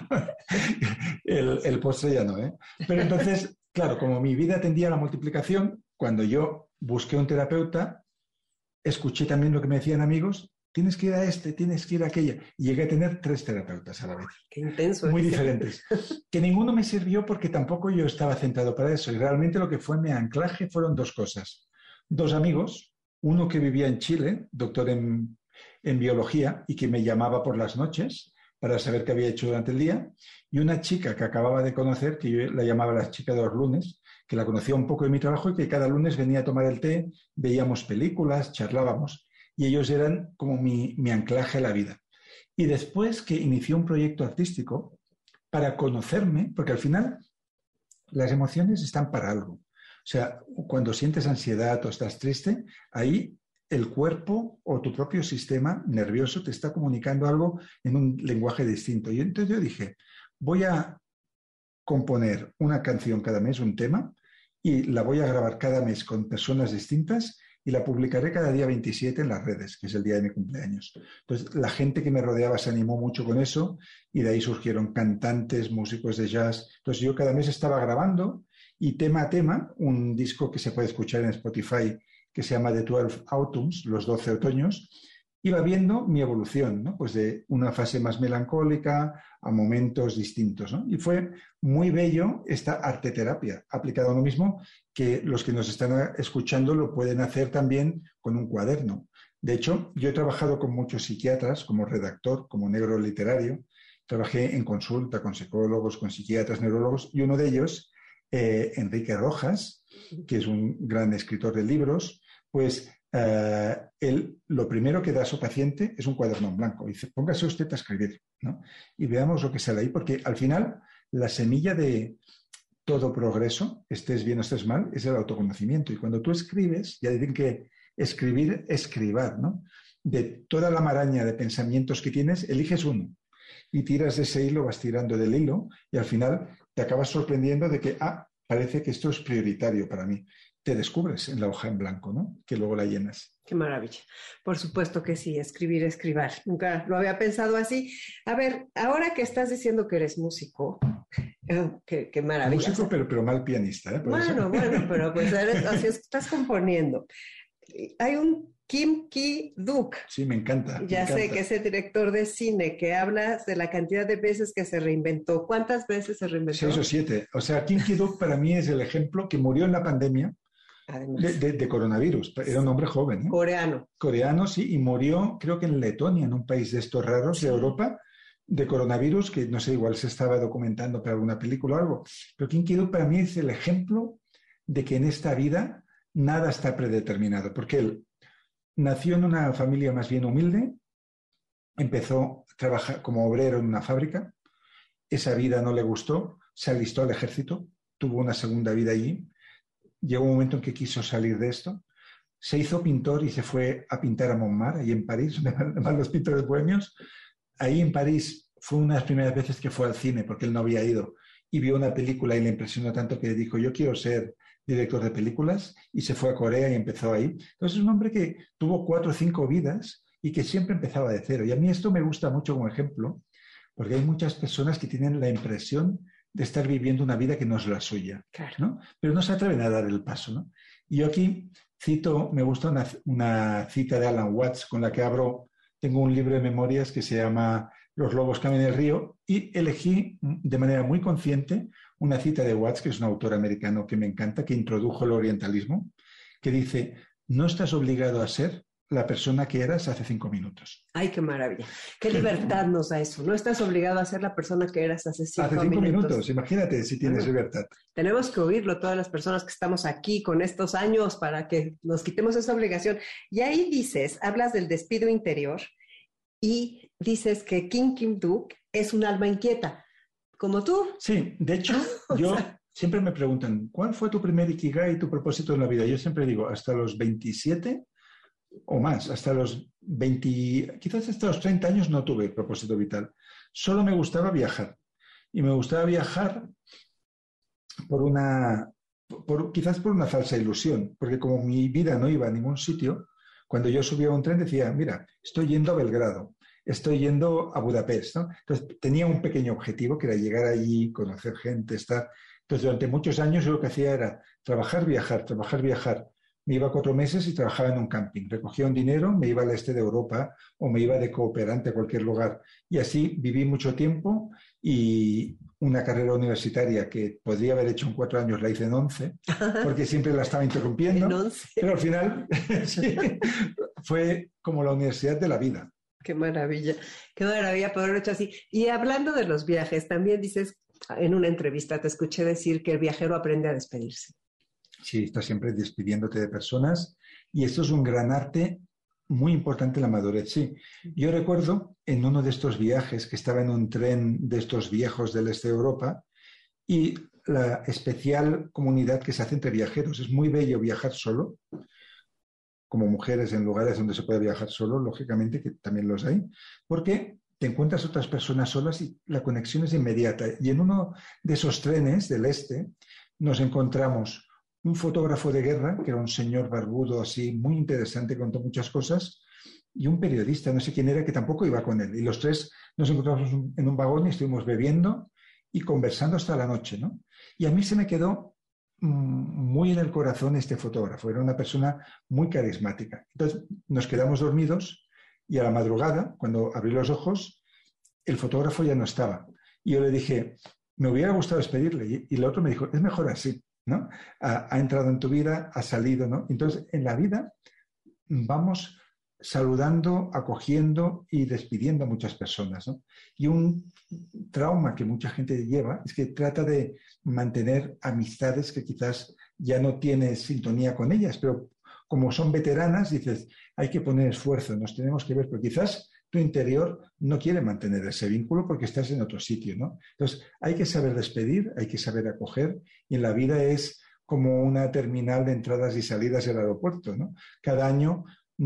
El postre ya no, ¿eh? Pero entonces, claro, como mi vida tendía a la multiplicación, cuando yo busqué un terapeuta, escuché también lo que me decían amigos, tienes que ir a este, tienes que ir a aquella. Y llegué a tener 3 terapeutas a la vez. ¡Qué intenso! Muy diferentes. Que ninguno me sirvió porque tampoco yo estaba centrado para eso. Y realmente lo que fue mi anclaje fueron 2 cosas. 2 amigos, uno que vivía en Chile, doctor en biología, y que me llamaba por las noches para saber qué había hecho durante el día, y una chica que acababa de conocer, que yo la llamaba la chica de los lunes, que la conocía un poco de mi trabajo y que cada lunes venía a tomar el té, veíamos películas, charlábamos, y ellos eran como mi anclaje a la vida. Y después que inicié un proyecto artístico para conocerme, porque al final las emociones están para algo. O sea, cuando sientes ansiedad o estás triste, ahí el cuerpo o tu propio sistema nervioso te está comunicando algo en un lenguaje distinto. Y entonces yo dije, voy a componer una canción cada mes, un tema, y la voy a grabar cada mes con personas distintas y la publicaré cada día 27 en las redes, que es el día de mi cumpleaños. Entonces, la gente que me rodeaba se animó mucho con eso y de ahí surgieron cantantes, músicos de jazz. Entonces, yo cada mes estaba grabando y tema a tema, un disco que se puede escuchar en Spotify que se llama The 12 Autumns, los 12 otoños, iba viendo mi evolución, ¿no? Pues de una fase más melancólica a momentos distintos, ¿no? Y fue muy bello esta arteterapia aplicada a uno mismo, que los que nos están escuchando lo pueden hacer también con un cuaderno. De hecho, yo he trabajado con muchos psiquiatras como redactor, como negro literario. Trabajé en consulta con psicólogos, con psiquiatras, neurólogos, y uno de ellos, Enrique Rojas, que es un gran escritor de libros, pues él lo primero que da a su paciente es un cuaderno en blanco. Y dice, póngase usted a escribir, ¿no? Y veamos lo que sale ahí, porque al final la semilla de todo progreso, estés bien o estés mal, es el autoconocimiento. Y cuando tú escribes, ya dicen que escribir es cribar, ¿no? De toda la maraña de pensamientos que tienes, eliges uno y tiras de ese hilo, vas tirando del hilo y al final te acabas sorprendiendo de que, parece que esto es prioritario para mí. Te descubres en la hoja en blanco, ¿no? Que luego la llenas. Qué maravilla. Por supuesto que sí, escribir, escribar. Nunca lo había pensado así. A ver, ahora que estás diciendo que eres músico, qué maravilla. Músico, pero mal pianista, ¿eh? Bueno, pero pues así estás componiendo. Hay un Kim Ki-duk. Sí, me encanta. Ya sé que es el director de cine, que habla de la cantidad de veces que se reinventó. ¿Cuántas veces se reinventó? 6 o 7. O sea, Kim Ki-duk para mí es el ejemplo que murió en la pandemia de coronavirus. Era un hombre joven, ¿eh? Coreano, sí, y murió creo que en Letonia, en un país de estos raros de Europa, de coronavirus, que no sé, igual se estaba documentando para alguna película o algo. Pero Kim Ki-duk para mí es el ejemplo de que en esta vida nada está predeterminado, porque él nació en una familia más bien humilde, empezó a trabajar como obrero en una fábrica, esa vida no le gustó, se alistó al ejército, tuvo una segunda vida allí, llegó un momento en que quiso salir de esto, se hizo pintor y se fue a pintar a Montmartre, ahí en París, donde van los pintores bohemios. Ahí en París fue una de las primeras veces que fue al cine, porque él no había ido, y vio una película y le impresionó tanto que dijo, yo quiero ser director de películas, y se fue a Corea y empezó ahí. Entonces es un hombre que tuvo 4 o 5 vidas y que siempre empezaba de cero. Y a mí esto me gusta mucho como ejemplo, porque hay muchas personas que tienen la impresión de estar viviendo una vida que no es la suya, Claro. ¿no? Pero no se atreven a dar el paso, ¿no? Y yo aquí me gusta una cita de Alan Watts con la que tengo un libro de memorias que se llama Los lobos caen en el río, y elegí de manera muy consciente una cita de Watts, que es un autor americano que me encanta, que introdujo el orientalismo, que dice, no estás obligado a ser la persona que eras hace 5 minutos. Ay, qué maravilla. Qué libertad nos da eso. No estás obligado a ser la persona que eras hace 5 minutos. Imagínate si tienes libertad. Tenemos que oírlo todas las personas que estamos aquí con estos años para que nos quitemos esa obligación. Y ahí hablas del despido interior y dices que Kim Kim-duk es un alma inquieta, como tú. Sí, de hecho, siempre me preguntan, ¿cuál fue tu primer ikigai y tu propósito en la vida? Yo siempre digo, hasta los 27 o más, hasta los 20, quizás hasta los 30 años no tuve propósito vital. Solo me gustaba viajar. Y me gustaba viajar quizás por una falsa ilusión, porque como mi vida no iba a ningún sitio, cuando yo subía a un tren decía, mira, estoy yendo a Belgrado, estoy yendo a Budapest, ¿no? Entonces tenía un pequeño objetivo que era llegar allí, conocer gente, estar. Entonces durante muchos años yo lo que hacía era trabajar, viajar, trabajar, viajar. Me iba 4 meses y trabajaba en un camping. Recogía un dinero, me iba al este de Europa o me iba de cooperante a cualquier lugar. Y así viví mucho tiempo, y una carrera universitaria que podría haber hecho en 4 años la hice en 11, porque siempre la estaba interrumpiendo. En 11. Pero al final sí, fue como la universidad de la vida. Qué maravilla poderlo hecho así. Y hablando de los viajes, también dices, en una entrevista te escuché decir que el viajero aprende a despedirse. Sí, estás siempre despidiéndote de personas, y esto es un gran arte muy importante, la madurez. Sí, yo recuerdo en uno de estos viajes que estaba en un tren de estos viejos del este de Europa, y la especial comunidad que se hace entre viajeros. Es muy bello viajar solo, como mujeres en lugares donde se puede viajar solo, lógicamente que también los hay, porque te encuentras otras personas solas y la conexión es inmediata. Y en uno de esos trenes del este nos encontramos un fotógrafo de guerra, que era un señor barbudo así, muy interesante, contó muchas cosas, y un periodista, no sé quién era, que tampoco iba con él. Y los 3 nos encontramos en un vagón y estuvimos bebiendo y conversando hasta la noche, ¿no? Y a mí se me quedó muy en el corazón este fotógrafo. Era una persona muy carismática. Entonces nos quedamos dormidos, y a la madrugada, cuando abrí los ojos, el fotógrafo ya no estaba. Y yo le dije, me hubiera gustado despedirle. Y el otro me dijo, es mejor así, ¿no? Ha entrado en tu vida, ha salido, ¿no? Entonces, en la vida vamos saludando, acogiendo y despidiendo a muchas personas, ¿no? Y un trauma que mucha gente lleva es que trata de mantener amistades que quizás ya no tienes sintonía con ellas, pero como son veteranas, dices, hay que poner esfuerzo, nos tenemos que ver, pero quizás tu interior no quiere mantener ese vínculo porque estás en otro sitio, ¿no? Entonces, hay que saber despedir, hay que saber acoger, y en la vida es como una terminal de entradas y salidas del aeropuerto, ¿no? Cada año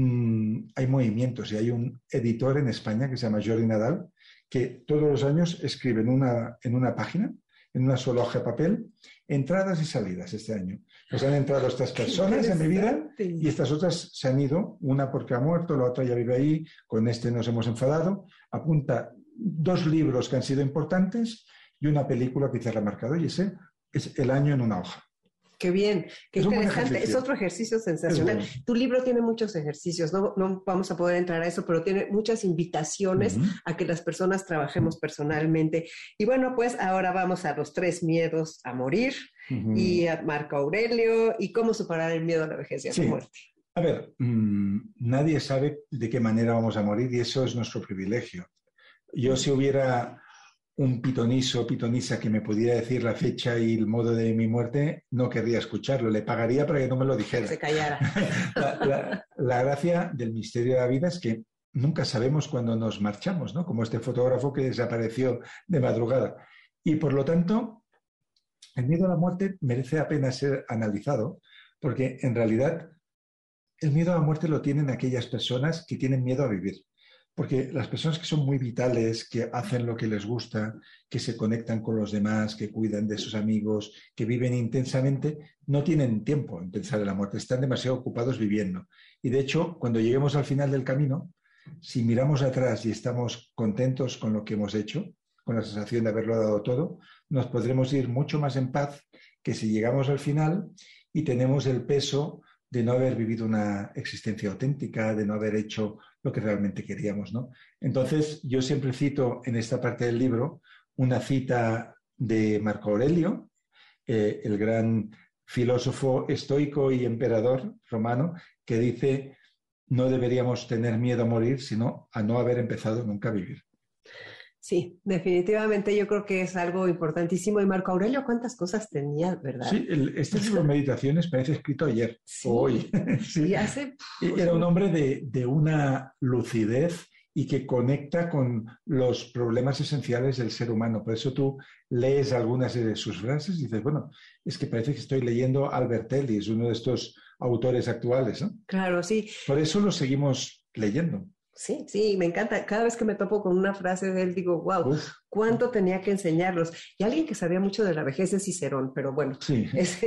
hay movimientos, y hay un editor en España que se llama Jordi Nadal, que todos los años escribe en una página, en una sola hoja de papel, entradas y salidas este año. Pues han entrado estas personas en mi vida y estas otras se han ido, una porque ha muerto, la otra ya vive ahí, con este nos hemos enfadado. Apunta 2 libros que han sido importantes y una película que te ha remarcado, y ese es el año en una hoja. Qué bien, qué interesante. Es otro ejercicio sensacional. Bueno. Tu libro tiene muchos ejercicios, no vamos a poder entrar a eso, pero tiene muchas invitaciones a que las personas trabajemos personalmente. Y bueno, pues ahora vamos a los 3 miedos a morir y a Marco Aurelio y cómo superar el miedo a la vejez y a la muerte. A ver, nadie sabe de qué manera vamos a morir, y eso es nuestro privilegio. Yo, si hubiera un pitoniso o pitonisa que me pudiera decir la fecha y el modo de mi muerte, no querría escucharlo. Le pagaría para que no me lo dijera. Que se callara. La gracia del misterio de la vida es que nunca sabemos cuándo nos marchamos, ¿no? Como este fotógrafo que desapareció de madrugada. Y por lo tanto, el miedo a la muerte merece la pena ser analizado, porque en realidad el miedo a la muerte lo tienen aquellas personas que tienen miedo a vivir. Porque las personas que son muy vitales, que hacen lo que les gusta, que se conectan con los demás, que cuidan de sus amigos, que viven intensamente, no tienen tiempo en pensar en la muerte, están demasiado ocupados viviendo. Y de hecho, cuando lleguemos al final del camino, si miramos atrás y estamos contentos con lo que hemos hecho, con la sensación de haberlo dado todo, nos podremos ir mucho más en paz que si llegamos al final y tenemos el peso de no haber vivido una existencia auténtica, de no haber hecho lo que realmente queríamos, ¿no? Entonces, yo siempre cito en esta parte del libro una cita de Marco Aurelio, el gran filósofo estoico y emperador romano, que dice: no deberíamos tener miedo a morir, sino a no haber empezado nunca a vivir. Sí, definitivamente yo creo que es algo importantísimo. Y Marco Aurelio, ¿cuántas cosas tenía, verdad? Sí, este libro de Meditaciones parece escrito ayer o hoy. Sí. Y hace... Era un hombre de una lucidez y que conecta con los problemas esenciales del ser humano. Por eso tú lees algunas de sus frases y dices, bueno, es que parece que estoy leyendo Albert Ellis, uno de estos autores actuales, ¿no? Claro, sí. Por eso lo seguimos leyendo. Sí, sí, me encanta. Cada vez que me topo con una frase de él, digo, wow, cuánto tenía que enseñarlos. Y alguien que sabía mucho de la vejez es Cicerón, pero bueno, sí.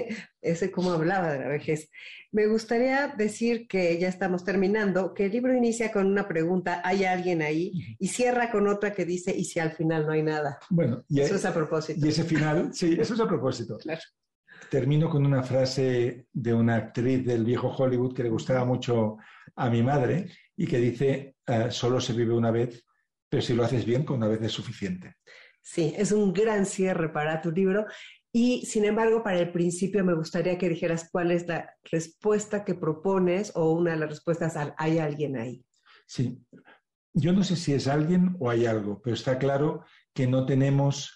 ese cómo hablaba de la vejez. Me gustaría decir que ya estamos terminando, que el libro inicia con una pregunta, ¿hay alguien ahí? Y cierra con otra que dice, ¿y si al final no hay nada? Bueno, y eso es a propósito. Y ese final, sí, eso es a propósito. Claro. Termino con una frase de una actriz del viejo Hollywood que le gustaba mucho a mi madre y que dice, solo se vive una vez, pero si lo haces bien, con una vez es suficiente. Sí, es un gran cierre para tu libro. Y, sin embargo, para el principio me gustaría que dijeras cuál es la respuesta que propones o una de las respuestas al ¿hay alguien ahí? Sí, yo no sé si es alguien o hay algo, pero está claro que no tenemos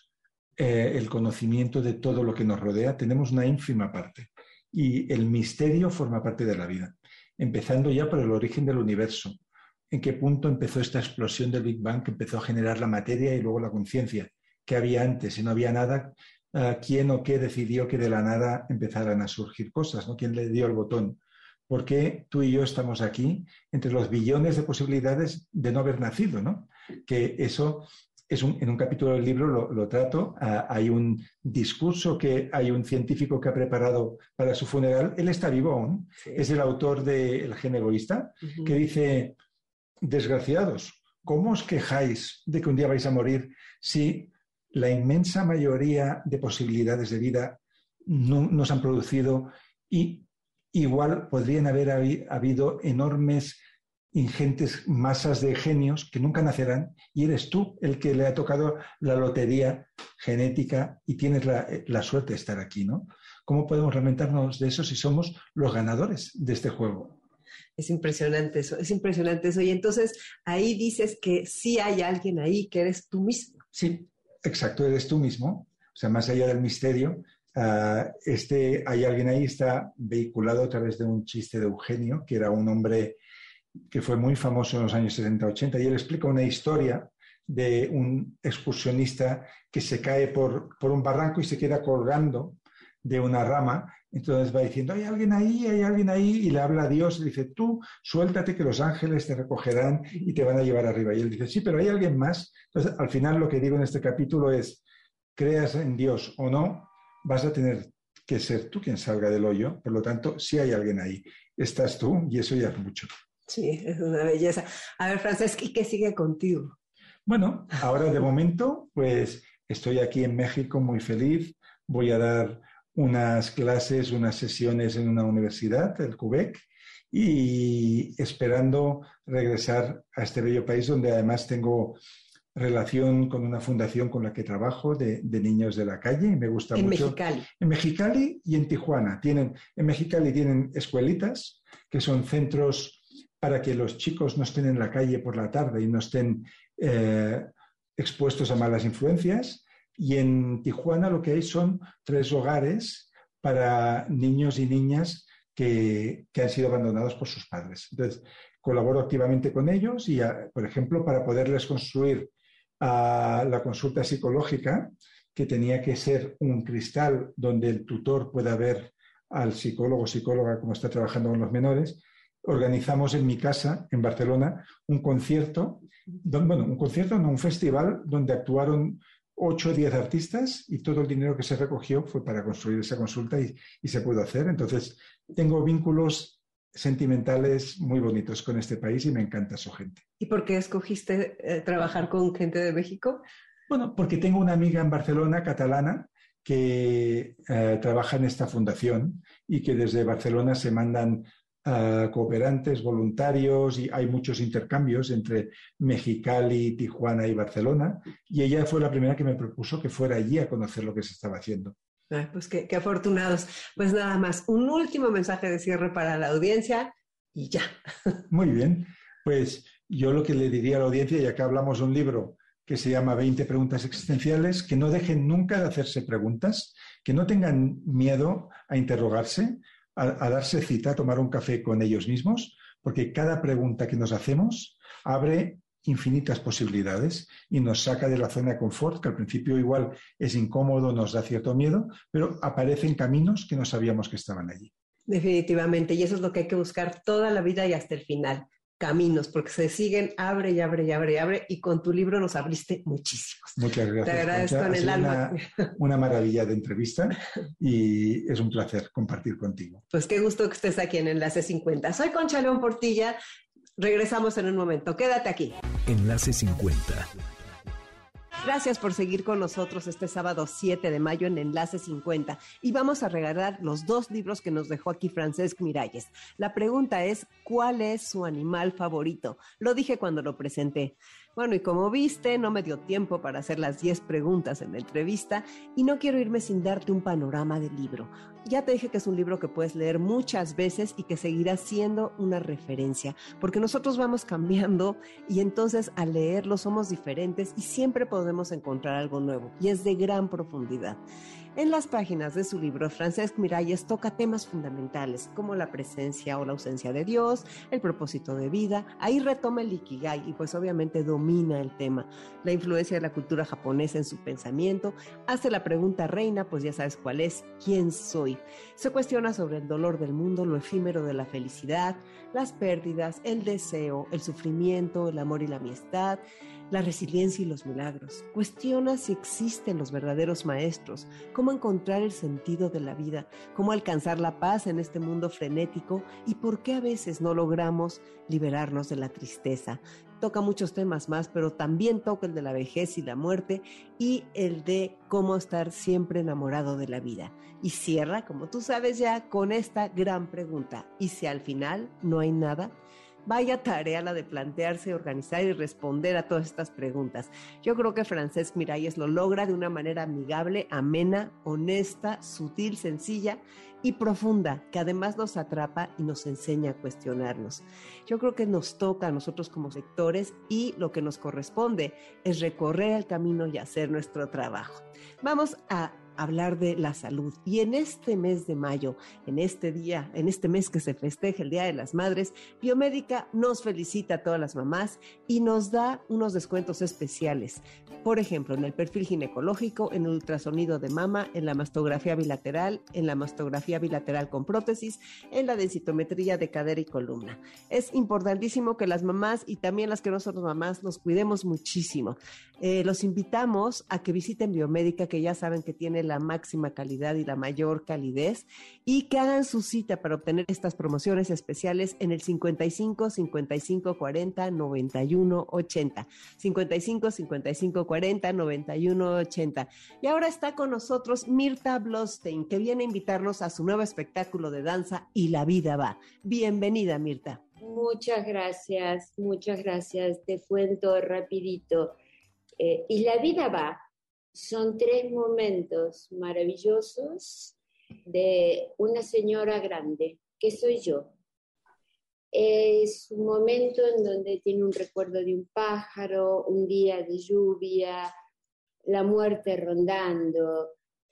el conocimiento de todo lo que nos rodea, tenemos una ínfima parte. Y el misterio forma parte de la vida, empezando ya por el origen del universo. ¿En qué punto empezó esta explosión del Big Bang que empezó a generar la materia y luego la conciencia? ¿Qué había antes? Si no había nada, ¿quién o qué decidió que de la nada empezaran a surgir cosas, ¿no? ¿Quién le dio el botón? ¿Por qué tú y yo estamos aquí entre los billones de posibilidades de no haber nacido, ¿no? Que eso es en un capítulo del libro lo trato. Hay un discurso que hay un científico que ha preparado para su funeral. Él está vivo aún. Sí. Es el autor de El gen egoísta, que dice: desgraciados, ¿cómo os quejáis de que un día vais a morir si la inmensa mayoría de posibilidades de vida no se han producido y igual podrían haber habido enormes, ingentes masas de genios que nunca nacerán y eres tú el que le ha tocado la lotería genética y tienes la suerte de estar aquí, ¿no? ¿Cómo podemos lamentarnos de eso si somos los ganadores de este juego? Es impresionante eso, es impresionante eso. Y entonces ahí dices que sí hay alguien ahí, que eres tú mismo. Sí, exacto, eres tú mismo. O sea, más allá del misterio, hay alguien ahí está vehiculado a través de un chiste de Eugenio, que era un hombre que fue muy famoso en los años 70-80, y él explica una historia de un excursionista que se cae por un barranco y se queda colgando de una rama. Entonces va diciendo, hay alguien ahí, y le habla a Dios y dice, tú suéltate que los ángeles te recogerán y te van a llevar arriba. Y él dice, sí, pero hay alguien más. Entonces, al final lo que digo en este capítulo es, creas en Dios o no, vas a tener que ser tú quien salga del hoyo. Por lo tanto, sí hay alguien ahí. Estás tú y eso ya es mucho. Sí, es una belleza. A ver, Francesc, ¿y qué sigue contigo? Bueno, ahora de momento, pues estoy aquí en México muy feliz. Voy a dar unas clases, unas sesiones en una universidad, el Quebec, y esperando regresar a este bello país donde además tengo relación con una fundación con la que trabajo de niños de la calle y me gusta mucho. En Mexicali. En Mexicali y en Tijuana. En Mexicali tienen escuelitas que son centros para que los chicos no estén en la calle por la tarde y no estén expuestos a malas influencias. Y en Tijuana lo que hay son 3 hogares para niños y niñas que han sido abandonados por sus padres. Entonces, colaboro activamente con ellos y, por ejemplo, para poderles construir la consulta psicológica, que tenía que ser un cristal donde el tutor pueda ver al psicólogo o psicóloga cómo está trabajando con los menores, organizamos en mi casa, en Barcelona, un festival donde actuaron 8 o 10 artistas y todo el dinero que se recogió fue para construir esa consulta y se pudo hacer. Entonces, tengo vínculos sentimentales muy bonitos con este país y me encanta su gente. ¿Y por qué escogiste trabajar con gente de México? Bueno, porque tengo una amiga en Barcelona, catalana, que trabaja en esta fundación y que desde Barcelona se mandan cooperantes, voluntarios, y hay muchos intercambios entre Mexicali, Tijuana y Barcelona, y ella fue la primera que me propuso que fuera allí a conocer lo que se estaba haciendo. Ay, pues qué afortunados. Pues nada más, un último mensaje de cierre para la audiencia y ya. Muy bien, pues yo lo que le diría a la audiencia, ya que hablamos de un libro que se llama 20 preguntas existenciales, que no dejen nunca de hacerse preguntas, que no tengan miedo a interrogarse, a darse cita, a tomar un café con ellos mismos, porque cada pregunta que nos hacemos abre infinitas posibilidades y nos saca de la zona de confort, que al principio igual es incómodo, nos da cierto miedo, pero aparecen caminos que no sabíamos que estaban allí. Definitivamente, y eso es lo que hay que buscar toda la vida y hasta el final. Caminos, porque se siguen, abre y abre y abre y abre, y con tu libro nos abriste muchísimos. Muchas gracias. Te agradezco en el alma. Una maravilla de entrevista y es un placer compartir contigo. Pues qué gusto que estés aquí en Enlace 50. Soy Concha León Portilla, regresamos en un momento, quédate aquí. Enlace 50. Gracias por seguir con nosotros este sábado 7 de mayo en Enlace 50 y vamos a regalar los 2 libros que nos dejó aquí Francesc Miralles. La pregunta es, ¿cuál es su animal favorito? Lo dije cuando lo presenté. Bueno, y como viste, no me dio tiempo para hacer las 10 preguntas en la entrevista y no quiero irme sin darte un panorama del libro. Ya te dije que es un libro que puedes leer muchas veces y que seguirá siendo una referencia, porque nosotros vamos cambiando y entonces al leerlo somos diferentes y siempre podemos encontrar algo nuevo y es de gran profundidad. En las páginas de su libro, Francesc Miralles toca temas fundamentales como la presencia o la ausencia de Dios, el propósito de vida. Ahí retoma el Ikigai y pues obviamente domina el tema. La influencia de la cultura japonesa en su pensamiento. Hace la pregunta reina, pues ya sabes cuál es, ¿quién soy? Se cuestiona sobre el dolor del mundo, lo efímero de la felicidad, las pérdidas, el deseo, el sufrimiento, el amor y la amistad, la resiliencia y los milagros. Cuestiona si existen los verdaderos maestros, cómo encontrar el sentido de la vida, cómo alcanzar la paz en este mundo frenético y por qué a veces no logramos liberarnos de la tristeza. Toca muchos temas más, pero también toca el de la vejez y la muerte y el de cómo estar siempre enamorado de la vida. Y cierra, como tú sabes ya, con esta gran pregunta. ¿Y si al final no hay nada? Vaya tarea la de plantearse, organizar y responder a todas estas preguntas. Yo creo que Francesc Miralles lo logra de una manera amigable, amena, honesta, sutil, sencilla y profunda, que además nos atrapa y nos enseña a cuestionarnos. Yo creo que nos toca a nosotros como lectores y lo que nos corresponde es recorrer el camino y hacer nuestro trabajo. Vamos a hablar de la salud. Y en este mes de mayo, en este día, en este mes que se festeja el Día de las Madres, Biomédica nos felicita a todas las mamás y nos da unos descuentos especiales. Por ejemplo, en el perfil ginecológico, en el ultrasonido de mama, en la mastografía bilateral con prótesis, en la densitometría de cadera y columna. Es importantísimo que las mamás y también las que no somos mamás nos cuidemos muchísimo. Los invitamos a que visiten Biomédica, que ya saben que tiene la máxima calidad y la mayor calidez, y que hagan su cita para obtener estas promociones especiales en el 55 55 40 91 80, 55 55 40 91 80. Y ahora está con nosotros Mirta Blostein, que viene a invitarnos a su nuevo espectáculo de danza Y la vida va. Bienvenida, Mirta. Muchas gracias. Te cuento rapidito. Y la vida va. Son 3 momentos maravillosos de una señora grande, que soy yo. Es un momento en donde tiene un recuerdo de un pájaro, un día de lluvia, la muerte rondando,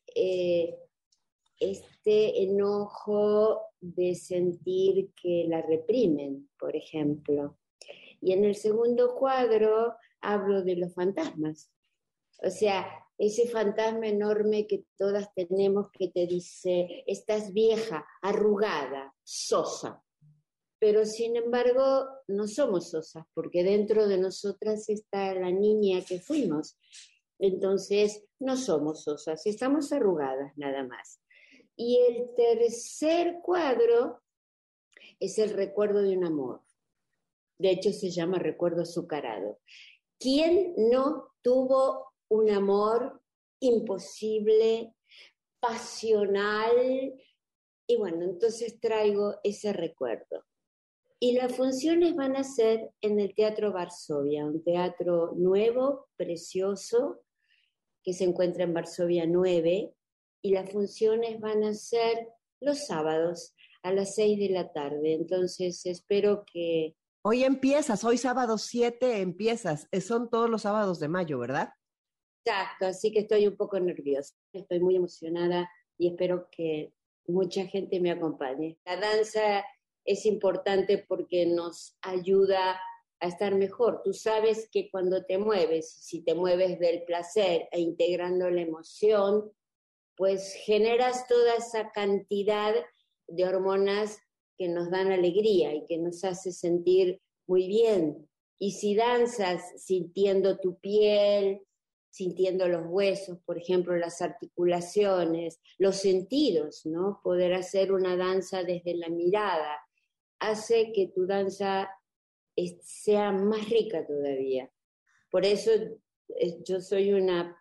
este enojo de sentir que la reprimen, por ejemplo. Y en el segundo cuadro hablo de los fantasmas. O sea, ese fantasma enorme que todas tenemos que te dice, estás vieja, arrugada, sosa. pero sin embargo no somos sosas, porque dentro de nosotras está la niña que fuimos. Entonces no somos sosas, estamos arrugadas nada más. Y el tercer cuadro es el recuerdo de un amor. De hecho se llama recuerdo azucarado. ¿Quién no tuvo un amor imposible, pasional? Y bueno, entonces traigo ese recuerdo. Y las funciones van a ser en el Teatro Varsovia, un teatro nuevo, precioso, que se encuentra en Varsovia 9, y las funciones van a ser los sábados a las 6 de la tarde. Entonces espero que... Hoy empiezas, hoy sábado 7 empiezas. Son todos los sábados de mayo, ¿verdad? Exacto, así que estoy un poco nerviosa. Estoy muy emocionada y espero que mucha gente me acompañe. La danza es importante porque nos ayuda a estar mejor. Tú sabes que cuando te mueves, si te mueves del placer e integrando la emoción, pues generas toda esa cantidad de hormonas que nos dan alegría y que nos hace sentir muy bien. Y si danzas sintiendo tu piel, sintiendo los huesos, por ejemplo, las articulaciones, los sentidos, ¿no? Poder hacer una danza desde la mirada hace que tu danza sea más rica todavía. Por eso yo soy una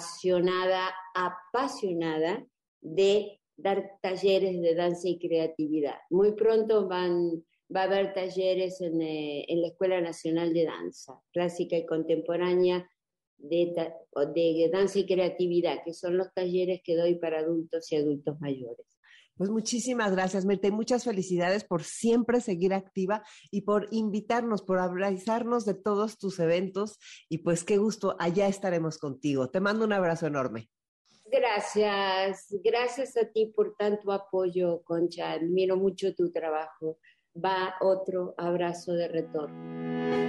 apasionada de dar talleres de danza y creatividad. Muy pronto va a haber talleres en la Escuela Nacional de Danza, Clásica y Contemporánea, de danza y creatividad, que son los talleres que doy para adultos y adultos mayores. Pues muchísimas gracias, Mirta, y muchas felicidades por siempre seguir activa y por invitarnos, por abrazarnos de todos tus eventos, y pues qué gusto, allá estaremos contigo. Te mando un abrazo enorme. Gracias a ti por tanto apoyo, Concha, admiro mucho tu trabajo. Va otro abrazo de retorno.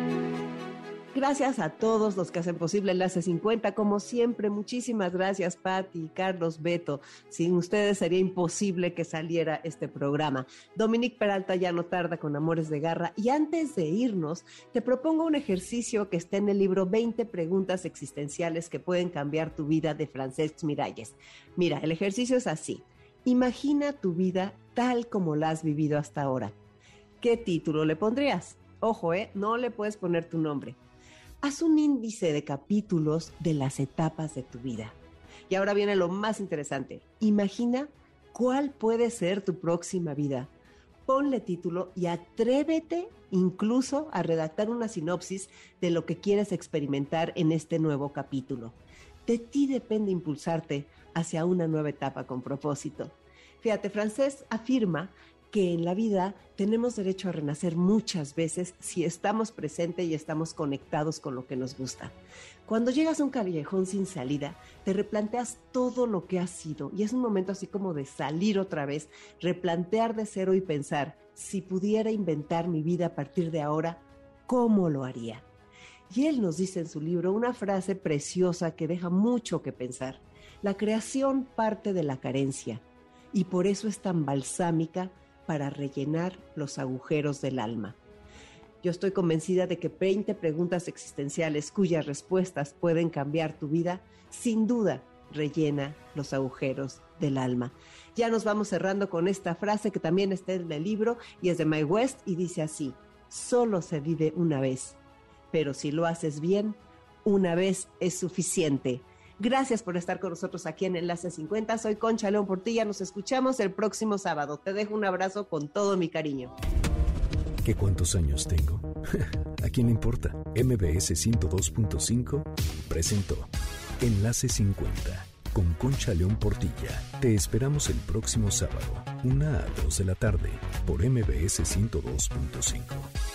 Gracias a todos los que hacen posible Enlace 50, como siempre. Muchísimas gracias, Patti, Carlos, Beto. Sin ustedes sería imposible que saliera este programa. Dominique Peralta ya no tarda con Amores de Garra. Y antes de irnos, te propongo un ejercicio que está en el libro 20 preguntas existenciales que pueden cambiar tu vida, de Francesc Miralles. Mira, el ejercicio es así. Imagina tu vida tal como la has vivido hasta ahora. ¿Qué título le pondrías? Ojo, no le puedes poner tu nombre. Haz un índice de capítulos de las etapas de tu vida. Y ahora viene lo más interesante. Imagina cuál puede ser tu próxima vida. Ponle título y atrévete incluso a redactar una sinopsis de lo que quieres experimentar en este nuevo capítulo. De ti depende impulsarte hacia una nueva etapa con propósito. Fíjate, Francesc afirma que en la vida tenemos derecho a renacer muchas veces si estamos presentes y estamos conectados con lo que nos gusta. Cuando llegas a un callejón sin salida, te replanteas todo lo que has sido, y es un momento así como de salir otra vez, replantear de cero y pensar, si pudiera inventar mi vida a partir de ahora, ¿cómo lo haría? Y él nos dice en su libro una frase preciosa que deja mucho que pensar. La creación parte de la carencia, y por eso es tan balsámica para rellenar los agujeros del alma. Yo estoy convencida de que 20 preguntas existenciales cuyas respuestas pueden cambiar tu vida, sin duda rellena los agujeros del alma. Ya nos vamos cerrando con esta frase que también está en el libro y es de Mae West y dice así: solo se vive una vez, pero si lo haces bien, una vez es suficiente. Gracias por estar con nosotros aquí en Enlace 50. Soy Concha León Portilla. Nos escuchamos el próximo sábado. Te dejo un abrazo con todo mi cariño. ¿Qué cuántos años tengo? ¿A quién le importa? MBS 102.5 presentó Enlace 50 con Concha León Portilla. Te esperamos el próximo sábado, 1 a 2 de la tarde, por MBS 102.5.